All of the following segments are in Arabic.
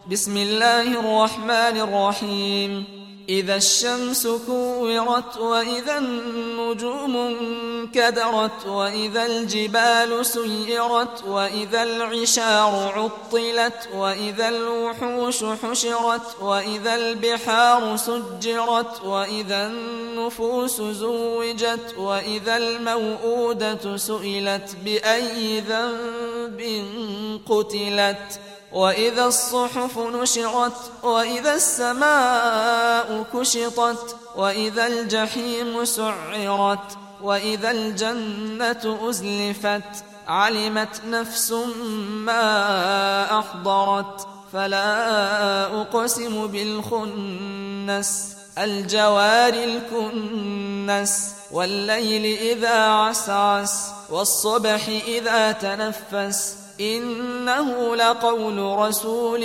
بسم الله الرحمن الرحيم. إذا الشمس كورت وإذا النجوم انكدرت وإذا الجبال سيرت وإذا العشار عطلت وإذا الوحوش حشرت وإذا البحار سجرت وإذا النفوس زوجت وإذا الموءودة سئلت بأي ذنب قتلت وإذا الصحف نشرت وإذا السماء كشطت وإذا الجحيم سعرت وإذا الجنة أزلفت علمت نفس ما أحضرت فلا أقسم بالخنس الجوار الكنس والليل إذا عسعس والصبح إذا تنفس إنه لقول رسول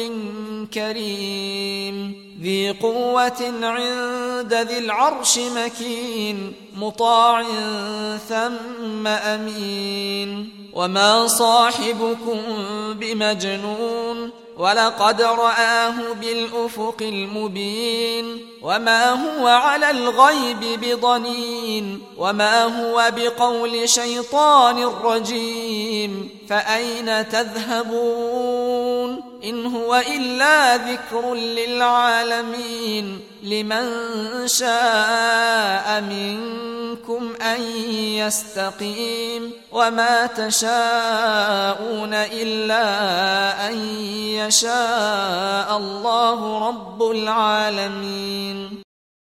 كريم ذي قوة عند ذي العرش مكين مطاع ثم أمين وما صاحبكم بمجنون ولقد رآه بالأفق المبين وما هو على الغيب بضنين وما هو بقول شيطان رجيم فأين تذهبون إن هو إلا ذكر للعالمين لمن شاء منكم أن يستقيم وما تشاءون إلا أن يشاء الله رب العالمين.